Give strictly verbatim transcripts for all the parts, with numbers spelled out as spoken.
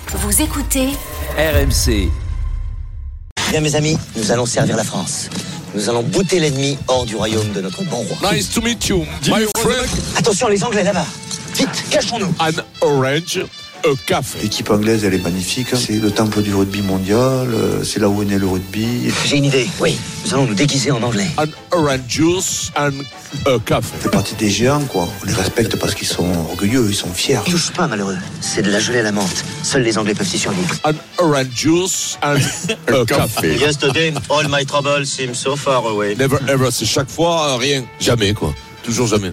Vous écoutez R M C. Bien mes amis, nous allons servir la France. Nous allons bouter l'ennemi hors du royaume de notre bon roi. Nice to meet you, my friend. Attention les Anglais là-bas. Vite, cachons-nous. An orange, a café. L'équipe anglaise, elle est magnifique. C'est le temple du rugby mondial. C'est là où est né le rugby. J'ai une idée. Oui, nous allons nous déguiser en anglais. An orange juice and a café. Ça fait partie des géants, quoi. On les respecte parce qu'ils sont orgueilleux, ils sont fiers. Touche pas, malheureux. C'est de la gelée à la menthe. Seuls les Anglais peuvent y survivre. An orange juice and a café. Yesterday, all my troubles seem so far away. Never ever, c'est chaque fois euh, rien. Jamais, quoi. Toujours jamais.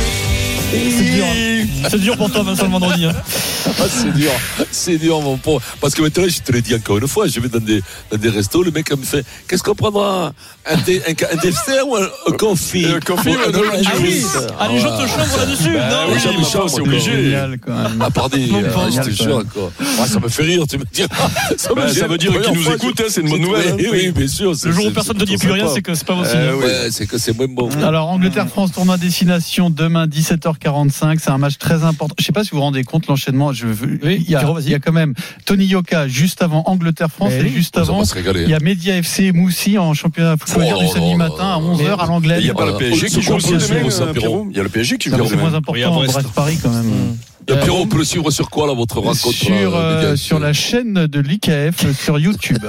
C'est dur, hein. C'est dur pour toi, Vincent, le vendredi. Hein. Ah, c'est dur, c'est dur, mon pauvre. Parce que maintenant, je te l'ai dit encore une fois, je vais dans des, dans des restos, le mec me fait, qu'est-ce qu'on prendra? Un, dé, un, un dessert ou un, un confit? Un confit ou un orange Ah oui, juice. ah, les gens te chambrent là-dessus. Bah, non, oui, oui, mais ça, c'est obligé. Génial, quand même. Ah, pardon, Mon euh, pauvre, je te jure encore. Ah, ça me fait rire, tu me dis. Ça, Bah, ça veut dire qu'ils nous écoutent, hein, c'est une bonne nouvelle. Oui, oui, bien sûr. Le jour où personne ne dit plus rien, c'est que c'est pas possible. Euh, oui. Ouais, c'est que c'est moins bon. Alors, Angleterre-France, tournoi destination demain, dix-sept heures quarante-cinq. C'est un match très important. Je sais pas si vous vous rendez compte, l'enchaînement. Je veux, il y a, il y a quand même Tony Yoka juste avant Angleterre-France et juste avant. Il y a Média F C Moussi en championnat football du samedi matin à onze heures à l'anglais. Il n'y a pas le P S G qui joue aussi demain, Pierrot. Il y a le P S G qui joue C'est moins important, Brest-Paris quand même. Et Pierrot, on peut le suivre sur quoi, là, votre rencontre? Sur, euh, sur la chaîne de l'I K F sur YouTube.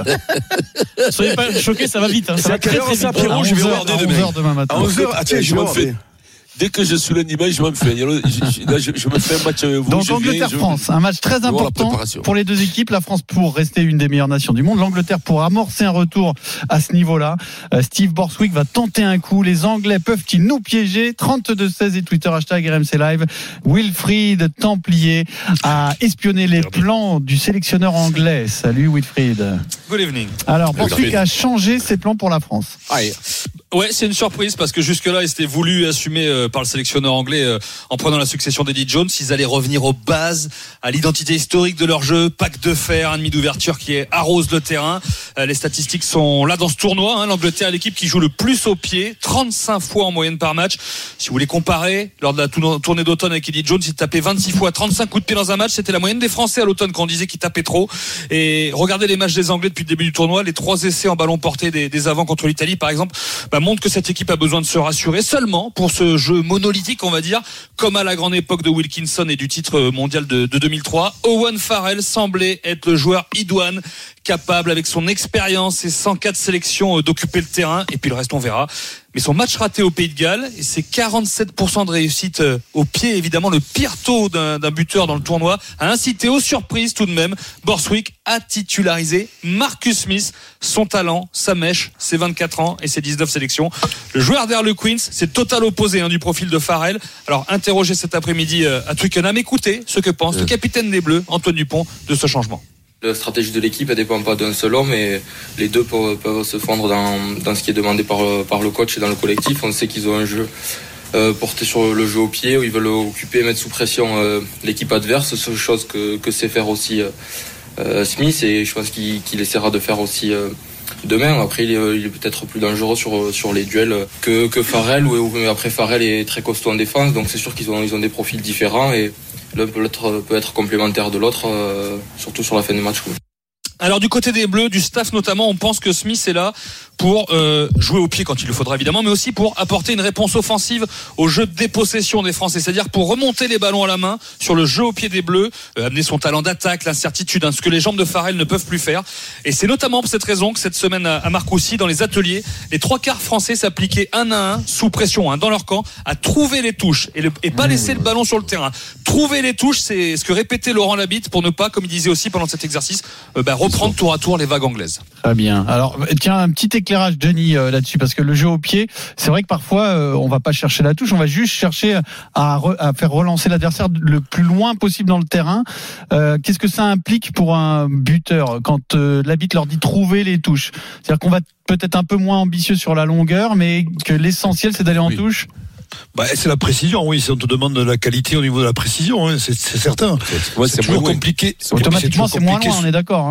Soyez pas choqués, ça va vite. Hein. Ça va très, très vite. Pierrot, je vais regarder demain. À onze heures demain matin. À onze heures, ah tiens, je m'en fais. Dès que je suis l'animal, je m'en fais. Là, je, je me fais un match avec vous. Donc Angleterre-France, un match très important pour les deux équipes. La France pour rester une des meilleures nations du monde. L'Angleterre pour amorcer un retour à ce niveau-là. Euh, Steve Borthwick va tenter un coup. Les Anglais peuvent-ils nous piéger? trente-deux seize et Twitter hashtag R M C Live. Wilfried Templier a espionné les plans du sélectionneur anglais. Salut Wilfried. Good evening. Alors Borthwick a changé ses plans pour la France. Aïe. Ouais, c'est une surprise parce que jusque-là, c'était voulu assumer euh, par le sélectionneur anglais euh, en prenant la succession d'Eddie Jones. Ils allaient revenir aux bases, à l'identité historique de leur jeu, pack de fer, un demi d'ouverture qui est arrose le terrain. Euh, les statistiques sont là dans ce tournoi. Hein. L'Angleterre est l'équipe qui joue le plus au pied, trente-cinq fois en moyenne par match. Si vous voulez comparer, lors de la tournée d'automne avec Eddie Jones, il tapait vingt-six fois, trente-cinq coups de pied dans un match. C'était la moyenne des Français à l'automne quand on disait qu'ils tapaient trop. Et regardez les matchs des Anglais depuis le début du tournoi. Les trois essais en ballon porté des, des avants contre l'Italie, par exemple, bah, montrent que cette équipe a besoin de se rassurer seulement pour ce jeu monolithique, on va dire, comme à la grande époque de Wilkinson et du titre mondial de, de deux mille trois. Owen Farrell semblait être le joueur idoine, capable avec son expérience et cent quatre sélections d'occuper le terrain, et puis le reste on verra. Mais son match raté au Pays de Galles et ses quarante-sept pour cent de réussite au pied, évidemment le pire taux d'un, d'un buteur dans le tournoi, a incité aux surprises tout de même. Borthwick a titularisé Marcus Smith, son talent, sa mèche, ses vingt-quatre ans et ses dix-neuf sélections. Le joueur d'Harlequins, c'est total opposé hein, du profil de Farrell. Alors interrogé cet après-midi à Twickenham, écoutez ce que pense le capitaine des Bleus, Antoine Dupont, de ce changement. La stratégie de l'équipe, elle dépend pas d'un seul homme, mais les deux peuvent, peuvent se fondre dans, dans ce qui est demandé par, par le coach et dans le collectif. On sait qu'ils ont un jeu euh, porté sur le jeu au pied, où ils veulent occuper et mettre sous pression euh, l'équipe adverse, c'est chose que, que sait faire aussi euh, Smith, et je pense qu'il, qu'il essaiera de faire aussi euh, demain. Après, il est, il est peut-être plus dangereux sur, sur les duels que, que Farrell, où, où après Farrell est très costaud en défense, donc c'est sûr qu'ils ont, ils ont des profils différents, et l'un peut être, peut être complémentaire de l'autre, euh, surtout sur la fin du match. Quoi. Alors du côté des Bleus, du staff notamment, on pense que Smith est là pour euh, jouer au pied quand il le faudra évidemment, mais aussi pour apporter une réponse offensive au jeu de dépossession des Français, c'est-à-dire pour remonter les ballons à la main sur le jeu au pied des Bleus, euh, amener son talent d'attaque, l'incertitude, hein, ce que les jambes de Farrell ne peuvent plus faire. Et c'est notamment pour cette raison que cette semaine à Marcoussis, dans les ateliers, les trois quarts français s'appliquaient un à un, sous pression, hein, dans leur camp, à trouver les touches et, le, et pas laisser le ballon sur le terrain. Trouver les touches, c'est ce que répétait Laurent Labitte pour ne pas, comme il disait aussi pendant cet exercice, euh, bah, reprendre tour à tour les vagues anglaises. Très bien. Alors tiens, un petit éclairage, Johnny, euh, là-dessus, parce que le jeu au pied, c'est vrai que parfois euh, on va pas chercher la touche, on va juste chercher à, re, à faire relancer l'adversaire le plus loin possible dans le terrain. Euh, qu'est-ce que ça implique pour un buteur quand euh, Labitte leur dit trouver les touches? C'est-à-dire qu'on va peut-être un peu moins ambitieux sur la longueur, mais que l'essentiel c'est d'aller en oui. touche. Bah, c'est la précision, oui. Si on te demande de la qualité au niveau de la précision, hein, c'est, c'est certain. C'est, ouais, c'est, c'est toujours moins compliqué. C'est, automatiquement, c'est, c'est moins loin, on est d'accord. Hein.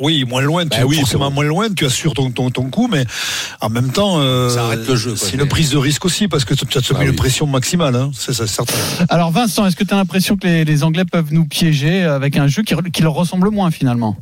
Oui, moins loin, tu bah oui, forcément moins loin, tu assures ton, ton, ton coup, mais en même temps, euh, ça arrête le jeu. Quoi, c'est une prise de risque aussi, parce que tu as te bah mets oui. une pression maximale, hein, c'est ça, certain. Alors Vincent, est-ce que tu as l'impression que les, les Anglais peuvent nous piéger avec un jeu qui, qui leur ressemble moins finalement?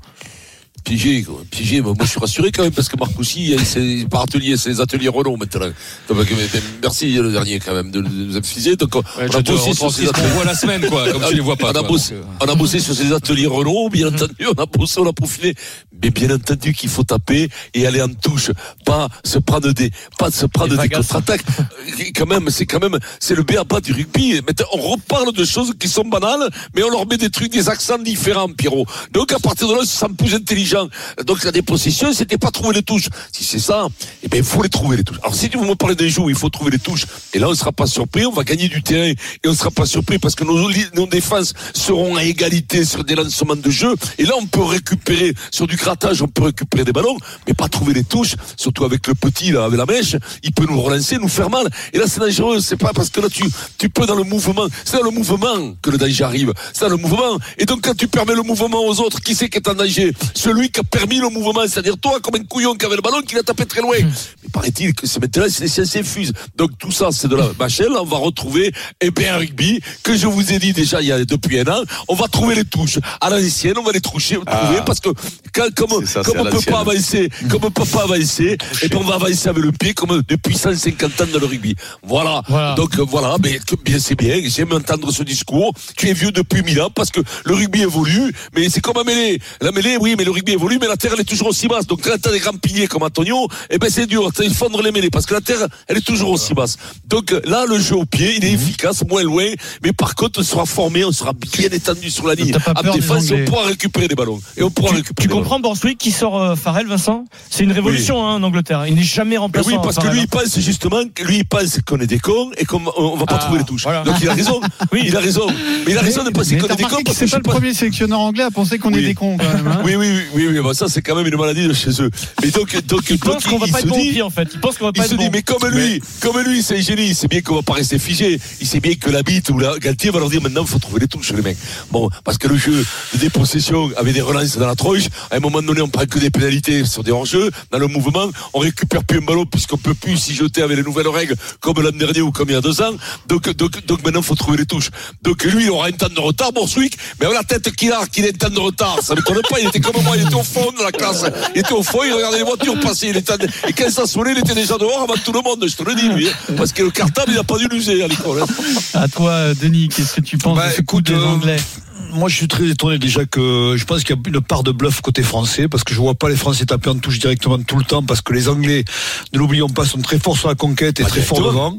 Piégé, quoi. Piégé. Moi, je suis rassuré quand même parce que Marcoussis, c'est par atelier, c'est les ateliers Renault maintenant. Donc, merci le dernier quand même de nous infuser. Donc, on, ouais, on a bossé sur ces ateliers. On voit la semaine, quoi, comme tu les vois pas. On a, toi, bossé, donc, on a bossé sur ces ateliers Renault, bien entendu. On a bossé, on a peaufiné. Mais bien entendu qu'il faut taper et aller en touche, pas se prendre des, pas se prendre des, des contre-attaques. Quand même, c'est quand même, c'est le B A B A du rugby. Mais on reparle de choses qui sont banales, mais on leur met des trucs, des accents différents, Pierrot. Donc, à partir de là, ça me plus intelligent. Donc, la dépossession, c'était pas trouver les touches. Si c'est ça, eh ben, il faut les trouver, les touches. Alors, si vous me parlez d'un jeu où il faut trouver les touches, et là, on sera pas surpris, on va gagner du terrain, et on sera pas surpris parce que nos, nos défenses seront à égalité sur des lancements de jeu, et là, on peut récupérer, sur du grattage, on peut récupérer des ballons, mais pas trouver les touches, surtout avec le petit, là, avec la mèche, il peut nous relancer, nous faire mal. Et là, c'est dangereux, c'est pas parce que là, tu, tu peux dans le mouvement, c'est dans le mouvement que le danger arrive. C'est dans le mouvement. Et donc, quand tu permets le mouvement aux autres, qui c'est qui est en danger? Celui qui a permis le mouvement, c'est-à-dire toi, comme un couillon qui avait le ballon, qui l'a tapé très loin. Mais paraît-il que c'est maintenant, c'est les fuse. Donc tout ça, c'est de la machine. On va retrouver, eh bien, un rugby que je vous ai dit déjà il y a depuis un an. On va trouver les touches à l'ancienne, on va les toucher, ah. trouver parce que quand, comme, ça, comme on peut pas avancer, comme on peut pas avancer, et puis on va avancer avec le pied comme depuis cent cinquante ans dans le rugby. Voilà. voilà. Donc voilà, mais bien c'est bien. J'aime entendre ce discours. Tu es vieux depuis mille ans parce que le rugby évolue, mais c'est comme la mêlée. La mêlée, oui, mais le rugby évolue, mais la terre elle est toujours aussi basse. Donc quand t'as des grands piliers comme Antonio, eh ben c'est dur, il fondre les mêlées parce que la terre elle est toujours aussi basse. Donc là le jeu au pied, il est mmh. efficace, moins loin, mais par contre on sera formé, on sera bien étendu sur la ligne. En défense, on pourra récupérer des ballons et on pourra tu, récupérer. Tu comprends Borswick qui sort euh, Farrell, Vincent? C'est une révolution oui. hein, en Angleterre. Il n'est jamais remplacé. Oui, parce Farrell. que lui il pense justement, lui il pense qu'on est des cons et qu'on on va pas ah, trouver les touches. Voilà. Donc il a raison. oui. Il a raison. Mais il a raison de penser qu'on est des cons parce que c'est pas le premier sélectionneur anglais à penser qu'on oui. est des cons quand même. Hein. Oui, oui, oui, oui. Bon, ça c'est quand même une maladie de chez eux. Mais donc, donc, il donc pense qu'on va pas être bon pied en fait. Il pense qu'on va pas être bon. Il se dit, mais comme lui, comme lui, c'est un génie. Il sait bien qu'on va pas rester figé. Il sait bien que la bite ou la Galtier va leur dire maintenant, il faut trouver les touches, les mecs. Bon, parce que le jeu de dépossession avait des relances dans la tronche. À un moment donné, on prend que des pénalités sur des hors-jeux. Dans le mouvement, on récupère plus un ballon puisqu'on peut plus s'y jeter avec les nouvelles règles comme l'an dernier ou comme il y a deux ans. Donc, donc, donc maintenant, il faut trouver les touches. Donc lui, il aura un temps de retard, Borswick. Mais avec la tête qu'il a, qu'il ait un temps de retard, ça ne m'étonne pas. Il était comme moi, il était au fond de la classe. Il était au fond, il regardait les voitures passer. Il était... Et quand ça sonnait, il était déjà dehors avant tout le monde, je te le dis, lui. Parce que le cartable, il n'a pas dû l'user à l'école. À toi, Denis, qu'est-ce que tu penses bah, de ce coup des euh... Anglais? Moi, je suis très étonné déjà que je pense qu'il y a une part de bluff côté français parce que je vois pas les Français taper en touche directement tout le temps parce que les Anglais, ne l'oublions pas, sont très forts sur la conquête et ah, très forts devant.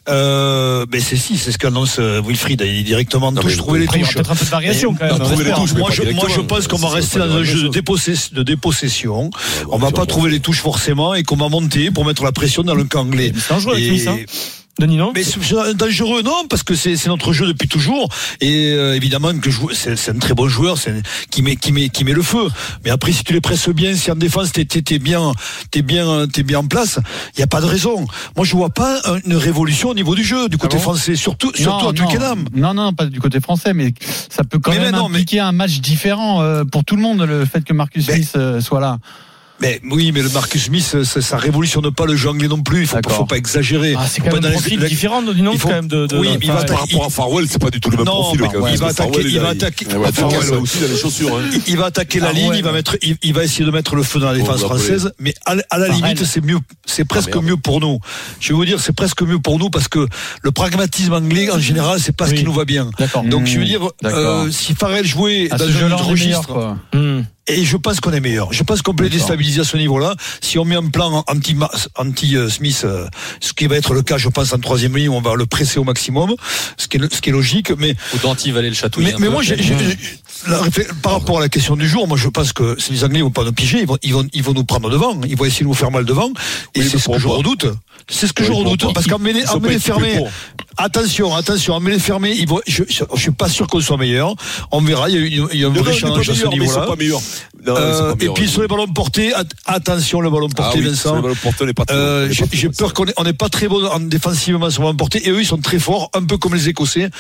Euh, mais c'est si, c'est ce qu'annonce Wilfried, il est directement en touche, trouver les touches. Il y aura peut-être un peu de variation quand même. Trouver les touches, moi, je, moi, je pense qu'on va rester dans un jeu de, dépossess- de dépossession. On va pas trouver les touches forcément et qu'on va monter pour mettre la pression dans le camp anglais. C'est dangereux avec Smith, hein. Denis, non? Mais c'est dangereux, non, parce que c'est, c'est notre jeu depuis toujours. Et euh, évidemment que je, c'est, c'est un très bon joueur, c'est qui met, qui met, qui met le feu. Mais après, si tu les presses bien, si en défense t'es, t'es, t'es bien, t'es bien, t'es bien en place, il y a pas de raison. Moi, je vois pas une révolution au niveau du jeu du côté ah bon français, surtout, non, surtout à Twickenham. Non, non, pas du côté français, mais ça peut quand mais même mais non, impliquer mais... un match différent euh, pour tout le monde, le fait que Marcus mais... Smith euh, soit là. Mais oui, mais le Marcus Smith, ça, ça révolutionne pas le jeu anglais non plus. Il faut, faut pas exagérer. Ah, c'est quand même un profil les... différent, non, il faut... quand même de. de oui, il va par rapport à Farwell, c'est pas du tout le même non, profil. Bah, ouais, il va attaquer, il va attaquer. Farwell aussi il a les chaussures. Hein. Il va attaquer la ligne, il va mettre, il, il va essayer de mettre le feu dans la défense française. Mais à, à la limite, c'est mieux, c'est presque mieux pour nous. Je vais vous dire, c'est presque mieux pour nous parce que le pragmatisme anglais en général, c'est pas ce qui nous va bien. Donc je veux dire, si Farrell jouait dans un autre registre. Et je pense qu'on est meilleur. Je pense qu'on peut les déstabiliser à ce niveau-là. Si on met un plan anti, anti Smith, ce qui va être le cas, je pense, en troisième ligne, où on va le presser au maximum, ce qui est, ce qui est logique. Mais autant anti-valer le chatouiller. Mais, mais moi, j'ai, j'ai, la, par rapport à la question du jour, moi, je pense que si les Anglais vont pas nous piéger, ils vont, ils vont, ils vont nous prendre devant. Ils vont essayer de nous faire mal devant. Et oui, c'est ce que je redoute. C'est ce que oui, je redoute. Parce qu'en mêlée, en mêlée fermée, attention, attention, en mêlée fermée, ils vont, je, je, je suis pas sûr qu'on soit meilleur. On verra. Il y a, il y a un vrai challenge à ce niveau-là. Non, euh, et puis sur les ballons portés, at- attention le ballon porté, ah oui, Vincent. Le ballon porté, on n'est pas très euh, bon, j'ai, j'ai peur qu'on n'est pas très bon en défensivement sur le ballon porté. Et eux, ils sont très forts, un peu comme les Écossais.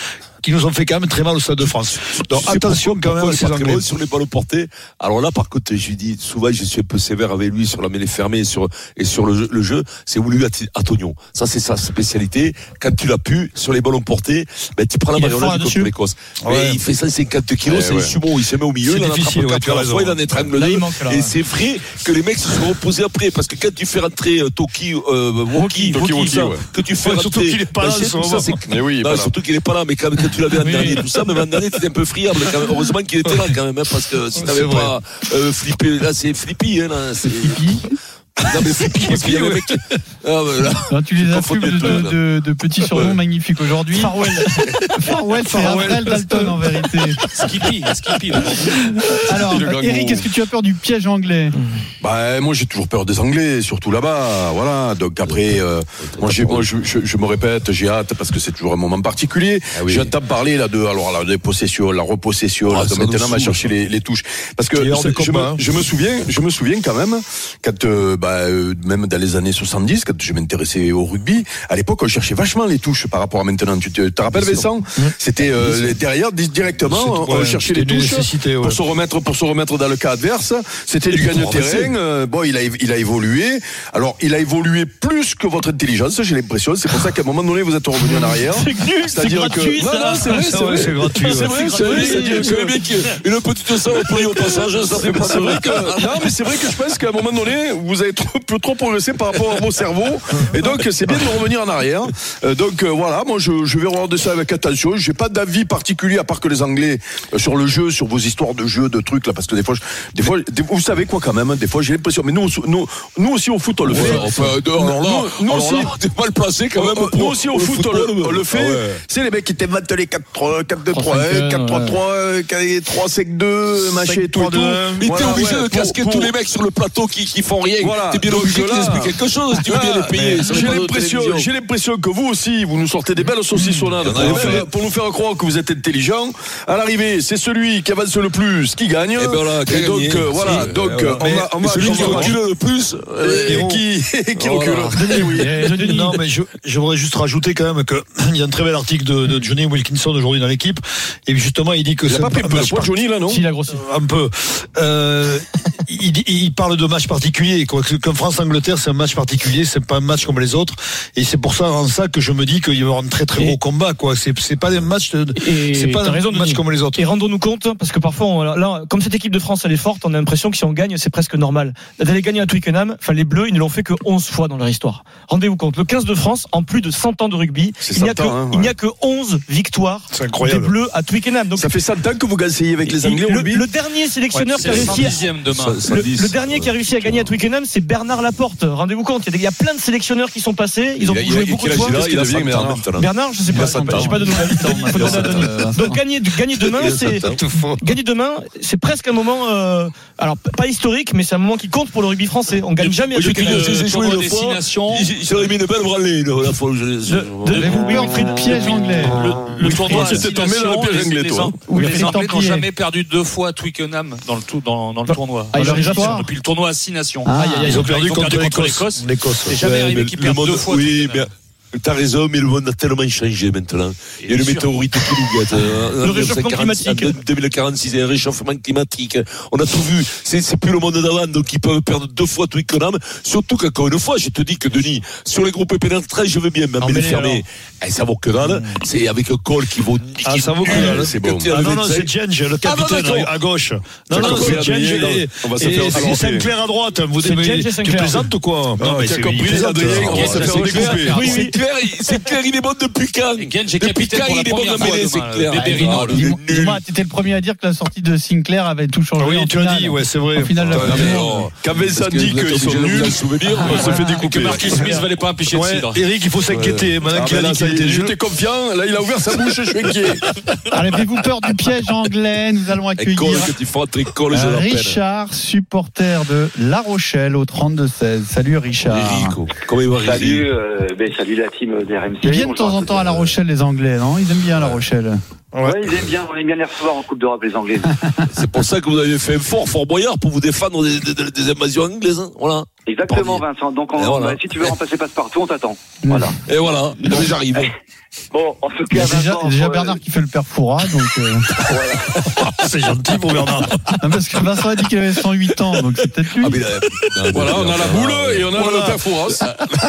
qui nous ont fait quand même très mal au Stade de France. Donc attention quand même à ces Anglais. Sur les ballons portés. Alors là, par contre, je lui dis, souvent, je suis un peu sévère avec lui sur la mêlée fermée et sur, et sur le jeu, le jeu. C'est voulu à Tonio. Ça, c'est sa spécialité. Quand tu l'as pu, sur les ballons portés, ben, tu prends la marionnette contre l'Écosse. Ouais. Mais il fait cent cinquante kilos, ouais, c'est ouais. un sumo, il se met au milieu, c'est il en difficile, attrape quatre ouais, à la fois, il en étrangle là, deux. il manque, là, et ouais. c'est vrai que les mecs se sont reposés après, parce que quand tu fais rentrer euh, Toki, euh, Woki, Toki, Woki, ça, ouais. que tu fais Ouais, rentrer, surtout qu'il est pas là, Bachet, ce tout ça, moment. c'est Mais oui, il est non, pas là. surtout qu'il est pas là, mais quand, quand tu l'avais l'an Oui. dernier, tout ça, même l'an dernier, t'étais un peu friable, quand même. Heureusement qu'il était là, quand même, hein, parce que si t'avais pas, euh, flippé, là, c'est flippy, hein, là, c'est Flippy. Non, mais flippy, parce qu'il y avait un mec qui- Ah, bah, là. Non, tu les Confondu affubles de, les deux, de, de, de petits surnoms Ouais. magnifiques aujourd'hui. Farwell. Farwell, c'est Raphaël Dalton en vérité. Skippy, Skippy. Alors, le grand Eric, gros. est-ce que tu as peur du piège anglais? Bah, moi, j'ai toujours peur des Anglais, surtout là-bas. Voilà. Donc après, euh, moi, j'ai, moi, je, je, je me répète, j'ai hâte parce que c'est toujours un moment particulier. Ah oui. J'entends parler là de, alors là, des possessions, la repossession, Ah, là, de ça maintenant, nous on va saoule, chercher les, les touches. Parce que Qui est hors je, de je combat, hein. me, je me souviens, je me souviens quand même, quand, euh, bah, euh, même dans les années soixante-dix, quand je m'intéressais au rugby, à l'époque, on cherchait vachement les touches par rapport à maintenant. Tu te, te rappelles, Bien sûr. Vincent? C'était, euh, les- derrière, di- directement, on Ouais, cherchait c'était les une touches nécessité, ouais. pour se remettre, pour se remettre dans le cas adverse. C'était du pour gagne-terrain. Euh, bon, il a, il a évolué. Alors, il a évolué plus que votre intelligence, j'ai l'impression. C'est pour ça qu'à un moment donné, vous êtes revenu en arrière. C'est nul, c'est C'est-à-dire que, gratuit, non, ça. non, c'est vrai, c'est vrai. c'est gratuit. C'est ouais. vrai, c'est vrai. C'est-à-dire C'est le que, mec, une petite saloperie au passage, ça fait pas c'est vrai que, non, mais c'est vrai que je pense qu'à un moment donné, vous avez trop, peu trop progressé par rapport à vos cerveaux. Et donc, c'est bien de revenir en arrière. Euh, donc, euh, voilà, moi, je, je vais regarder ça avec attention. J'ai pas d'avis particulier à part que les Anglais euh, sur le jeu, sur vos histoires de jeu, de trucs, là, parce que des fois, je, des fois, des- vous savez quoi quand même, hein, des fois, j'ai l'impression, mais nous, nous, nous aussi au foot, on le fait. Ouais, enfin, de- alors là, Nous- nous alors aussi- là, t'es mal placé quand même. Euh, pour- nous aussi au pour foot, on football, le, on le fait. Ah ouais. C'est les mecs qui t'inventent les quatre trois, quatre deux trois, trois cinq quatre trois trois, trois cinq deux, machin et tout et tout. Mais t'es Voilà, obligé ouais, de pour- casquer pour- tous les mecs sur le plateau qui, qui font rien. Voilà. T'es bien Donc obligé là- qu'ils expliquent quelque chose. Tu veux bien les payer. Ah, sur les J'ai panneaux de l'impression, télévision. j'ai l'impression que vous aussi, vous nous sortez des belles saucissonnades Mmh. pour, Il y en nous a faire, fait. pour nous faire croire que vous êtes intelligent. À l'arrivée, c'est celui qui avance le plus qui gagne. Et ben voilà, qui a Et donc, gagné. euh, voilà, Si, donc euh, euh, on mais- va, on Et va, celui on qui va- recule le plus, euh, et qui, qui Voilà. recule. Denis, oui. Eh, Denis. Non, mais je, je voudrais juste rajouter quand même que il y a un très bel article de, de Johnny Wilkinson aujourd'hui dans l'équipe. Et justement, il dit que Il a c'est pas pris un peu de match poids, par- Johnny, là, non? S'il a grossi. un peu. Euh, il, dit- il parle de match particulier. Quoi. Que- Comme France-Angleterre, c'est un match particulier. C'est pas un match comme les autres. Et c'est pour ça, en ça, que je me dis qu'il va y avoir un très très Et- gros combat. Quoi. C'est, c'est pas des matchs. De, Et c'est pas t'as un raison, match Denis. comme les autres. Et rendons-nous compte, parce que parfois, on- là, comme cette équipe de France, elle est forte, on a l'impression que si on gagne, c'est presque normal. D'aller gagner à Twickenham, enfin, les Bleus, ils ne l'ont fait que onze fois dans leur histoire. Rendez-vous compte, le quinze de France, en plus de cent ans de rugby, C'est il n'y a, cent que, ans, hein, il n'y a ouais. que onze victoires C'est des incroyable. Bleus à Twickenham. Donc, Ça fait cent ans que vous gagnez avec les Anglais au le, rugby. le dernier sélectionneur qui a C'est le réussi à, cent dixième demain. Ça- ça le, dix. le dernier qui a réussi à gagner à Twickenham, c'est Bernard Laporte. Rendez-vous compte, il y a des- il y, a plein de sélectionneurs qui sont passés, ils ont Il a- il a- joué il a beaucoup de quel fois. âge il a? Il a Qu'est-ce qu'il cent devient, ans Bernard maintenant. Bernard, je sais Il pas, a cent ans. j'ai pas de nouvelles. Il faut demander à Denis. Donc gagner, gagner demain, c'est gagner demain, c'est presque un moment, euh, alors p- pas historique, mais c'est un moment qui compte pour le rugby français. On gagne jamais à Moi, j'ai Twickenham. j'ai- j'ai joué tournoi une fois. destination. Il il s'aurait mis une belle branlée là, la fois où je l'ai. je- De- Avez-vous peur du piège anglais? Le tournoi tu t'es tombé dans le destination, piège les- anglais, les toi. Ang- Ou Les les Anglais n'ont Templiers. jamais perdu deux fois à Twickenham dans le, tout, dans, dans le tournoi. Ah, leur déjà, histoire. Depuis le tournoi à six nations. Ah, Aïe, aïe, aïe, Ils ont perdu contre contre l'Écosse. L'Écosse. C'est jamais Ouais, arrivé mais qu'ils le perdent monde- deux fois. à Oui, Twickenham. mais t'as raison, mais le monde a tellement changé maintenant. Il y a Bien le sûr. météorite qui nous guette. Le réchauffement climatique. En deux mille quarante-six, il y a un réchauffement climatique. On a tout vu. C'est, c'est plus le monde d'avant, donc ils peuvent perdre deux fois Twickenham. Surtout qu'encore une fois, je te dis que Denis, sur les groupes pénétrants, je veux bien, mais Emmêlés, les fermer. Eh, ça vaut que dalle. C'est avec un col qui vaut niquer. Ah, ça vaut que dalle, c'est bon. Ah non, non, c'est Jenge, le capitaine, Ah, non, à gauche. Non, Ça non, compris, c'est Adrien, Jenge non. et, On va se et faire c'est balancer. Sinclair à droite. Vous C'est devez- Jenge et tu Sinclair. plaisantes ou quoi? Non, mais tu as c'est- compris, il plaisante. Adrien, on va Ok, se ça, faire c'est découper. clair. Oui, C'est oui. clair, il- c'est clair, il est bon depuis quand? Et Genj est Depuis capitaine quand pour la il est bon première dans fois mêlée, demain, c'est clair. le Berry Ah, Nord. il est Dis-moi, nul. dis-moi, t'étais le premier à dire que la sortie de Sinclair avait tout changé. Oui, en tu l'as finale. dit, ouais, c'est vrai. En finale, la Putain, Coupe du mais- Monde. Quand Vincent Parce que dit vous êtes qu'ils sont obligé de vous nuls, en souvenir. on se fait Et que découper. Marcus Smith valait pas un pichet de Ouais, cidre. Eric, il faut s'inquiéter. Maintenant Ah, qu'il ben a là, dit ça qu'il y est, était j'étais confiant. Là, il a ouvert sa bouche, je suis inquiet. Alors, avez-vous peur du piège anglais? Nous allons École, accueillir quand il faut entrer école, je euh, l'appelle. Richard, supporter de La Rochelle au trente-deux seize. Salut Richard. Rico. Comment il va, Rico? Salut, euh, ben, salut la team d'R M C. Ils viennent de Bonjour temps en tous. temps à La Rochelle, les Anglais, non? Ils aiment bien La Rochelle. Ouais, ils aiment bien, on aime bien les recevoir en Coupe d'Europe, les Anglais. C'est pour ça que vous avez fait un fort, Fort Boyard, pour vous défendre des, des, des invasions anglaises. Hein. Voilà. Exactement, Vincent. Donc, on, voilà. bah, si tu veux remplacer Passepartout, on t'attend. Voilà. Et voilà, j'arrive. Bon, en tout Il y cas, a déjà, Vincent, déjà pour, Bernard euh, qui fait le père Foura, donc. Euh... C'est gentil pour Bernard. Non, parce que Vincent a dit qu'il avait cent huit ans, donc c'est peut-être lui. Ah, mais là, Voilà, on a la boule et on a Voilà. le père Fouras.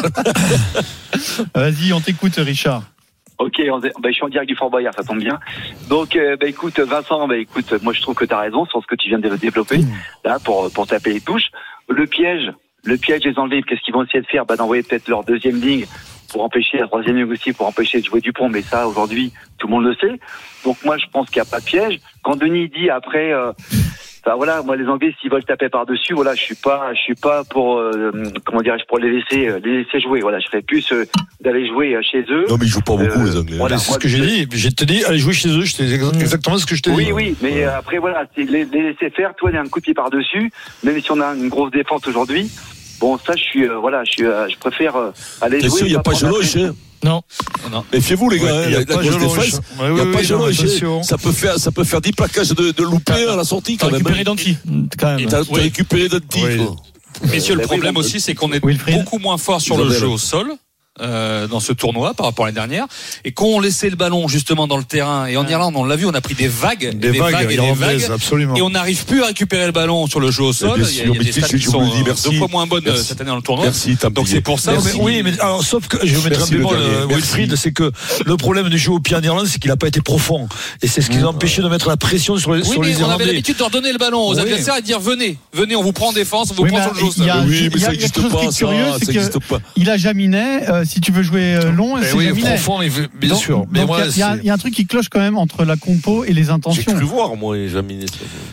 Vas-y, on t'écoute, Richard. Ok, on- bah, je suis en direct du Fort Boyard, ça tombe bien. Donc, euh, bah, écoute, Vincent, bah, écoute, moi je trouve que tu as raison sur ce que tu viens de développer, là, pour, pour taper les touches. Le piège, le piège des Anglais, qu'est-ce qu'ils vont essayer de faire? Bah, d'envoyer peut-être leur deuxième ligne pour empêcher la troisième ligne aussi, pour empêcher de jouer Dupont, mais ça, aujourd'hui, tout le monde le sait. Donc, moi, je pense qu'il n'y a pas de piège. Quand Denis dit après, euh, bah, voilà, moi, les Anglais, s'ils veulent taper par-dessus, voilà, je suis pas, je suis pas pour, euh, comment dirais-je, pour les laisser, euh, les laisser jouer. Voilà, je serais plus euh, d'aller jouer euh, chez eux. Non, mais ils jouent pas beaucoup, Euh, les Anglais. voilà. C'est ce que j'ai dit. J'ai te dit, allez jouer chez eux. C'est exactement ce que je t'ai dit. Oui, oui, mais euh, après, voilà, c'est les, les laisser faire. Toi, il y a un coup de pied par-dessus, même si on a une grosse défense aujourd'hui. Bon, ça, je suis, euh, voilà, je suis, euh, je préfère euh, aller Bien jouer. sûr, il n'y a pas prendre la Geloche, pression. hein. Non. Non. Méfiez-vous, les gars, Ouais, hein, il y a la, pas la grosse Geloche. défense. Ouais, Il n'y a ouais, pas ouais, Geloche. attention. Ça peut faire, ça peut faire dix plaquages de, de loupé à la sortie, T'as quand même. récupéré hein. Danti, quand même. Et t'as, t'as Oui. récupéré Danti, Oui. quoi. Messieurs, le Euh, problème oui, aussi, c'est qu'on est Wilfried. beaucoup moins fort sur le Isabelle. jeu au sol. Euh, dans ce tournoi par rapport à l'année dernière, et quand on laissait le ballon justement dans le terrain, et en Irlande on l'a vu, on a pris des vagues, Des vagues, et des irlandaises, vagues, absolument. et on n'arrive plus à récupérer le ballon sur le jeu au sol. bien Il y a, sûr, il y a mais des tu stats sais, qui je vous sont le dis, euh, merci. deux fois moins bonnes Merci. euh, cette année dans le tournoi. Merci, t'as Donc payé. c'est pour ça. Non, aussi- mais oui, mais alors, sauf que je vais mettre Merci, un bémol, le dernier. euh, Merci. Wilfried, c'est que le problème du jeu au pied en Irlande, c'est qu'il n'a pas été profond. Et c'est ce qui nous a empêché de mettre la pression sur les, Oui, sur mais les on avait Irlandais. l'habitude de leur donner le ballon aux Oui. adversaires et de dire venez, venez, on vous prend en défense, on vous Oui, prend mais sur le jeu au il y a- sol. Oui, mais il y a ça quelque n'existe chose qui pas, est curieux, ça. c'est Ça que n'existe pas. il a Jaminet, euh, si tu veux jouer euh, long, Eh c'est oui, Jaminet. profond, il veut- bien Donc- sûr. donc Mais il y moi, a- il y, a- c'est- il y a un truc qui cloche quand même entre la compo et les J'ai intentions. cru voir, moi, les Jaminet.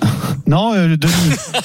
Non, euh, Denis.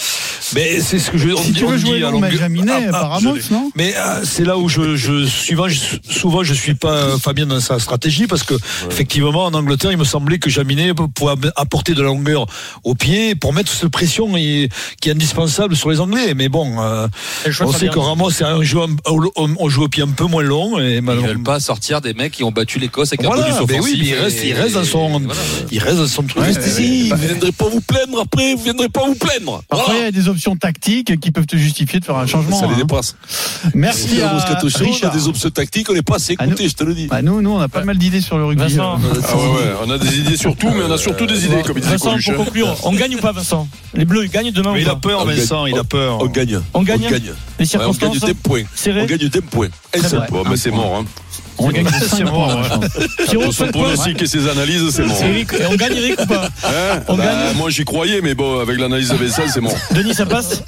mais c'est ce que je on Si dit- tu on veux dit jouer à long, mais longueur- Jaminet Ah, ah, par je Ramos, l'ai. non? Mais euh, c'est là où je, je souvent, je, souvent je suis pas euh, Fabien dans sa stratégie parce que effectivement en Angleterre il me semblait que Jaminet pouvait apporter de la longueur au pied pour mettre cette pression et- qui est indispensable sur les Anglais. Mais bon, euh, Et le choix de on sait Fabien. que Ramos c'est un jeu, on, on joue au pied un peu moins long et Ils malheureusement- veulent pas sortir des mecs qui ont battu l'Écosse avec un Voilà, bonus ben offensif. oui, mais il reste, et- il reste dans son, et voilà. il reste dans son truc. Ouais, Si, vous viendrez pas vous plaindre après, vous viendrez pas vous plaindre. Parfois, il y Voilà. a des options tactiques qui peuvent te justifier de faire un changement. Ça les hein. dépasse. Merci Sur le à Moscato Show, on a Richard. des options tactiques, on n'est pas assez Ah, nous- écoutés, je te le dis. Bah, nous, nous, on a pas mal d'idées sur le rugby. Vincent. euh. Ah ouais, ouais, on a des idées sur tout, mais on a surtout des idées, comme il disait Vincent, Coluche. pour conclure, on gagne ou pas, Vincent? Les Bleus, ils gagnent demain Mais ou il a pas? peur, On Vincent, gagne. il a peur. On gagne. On gagne On gagne. Les Ouais, on circonstances gagne des points. On serrées. gagne des points. Un Très seul vrai. point. Bon, ben c'est mort. Hein. On gagne de C'est cinq mort, points, ouais. je pense. Pierrot, Son cinq points. pronostic et ses analyses, c'est mort. Eric, et on gagne Eric ou pas? Hein On Bah, gagne. moi j'y croyais, mais bon, avec l'analyse de Vincent, c'est mort. Denis, ça passe?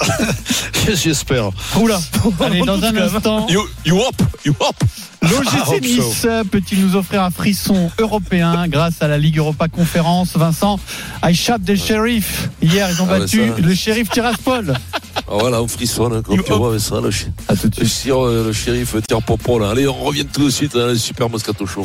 J'espère. Oula. Allez, dans un instant, You, you up, you up. I l'O G C hope Nice peut-il nous offrir un frisson européen grâce à la Ligue Europa Conférence? Vincent, I shot the sheriff. Hier, ils ont Ah ouais, battu ça. le shérif Tiraspol. Ah, voilà, on frissonne, hein, comme You tu up. vois, avec ça, le, chi- À tout de le, suite. chir- le shérif tire popo, là. Allez, on revient tout de suite dans le Super Moscato Show.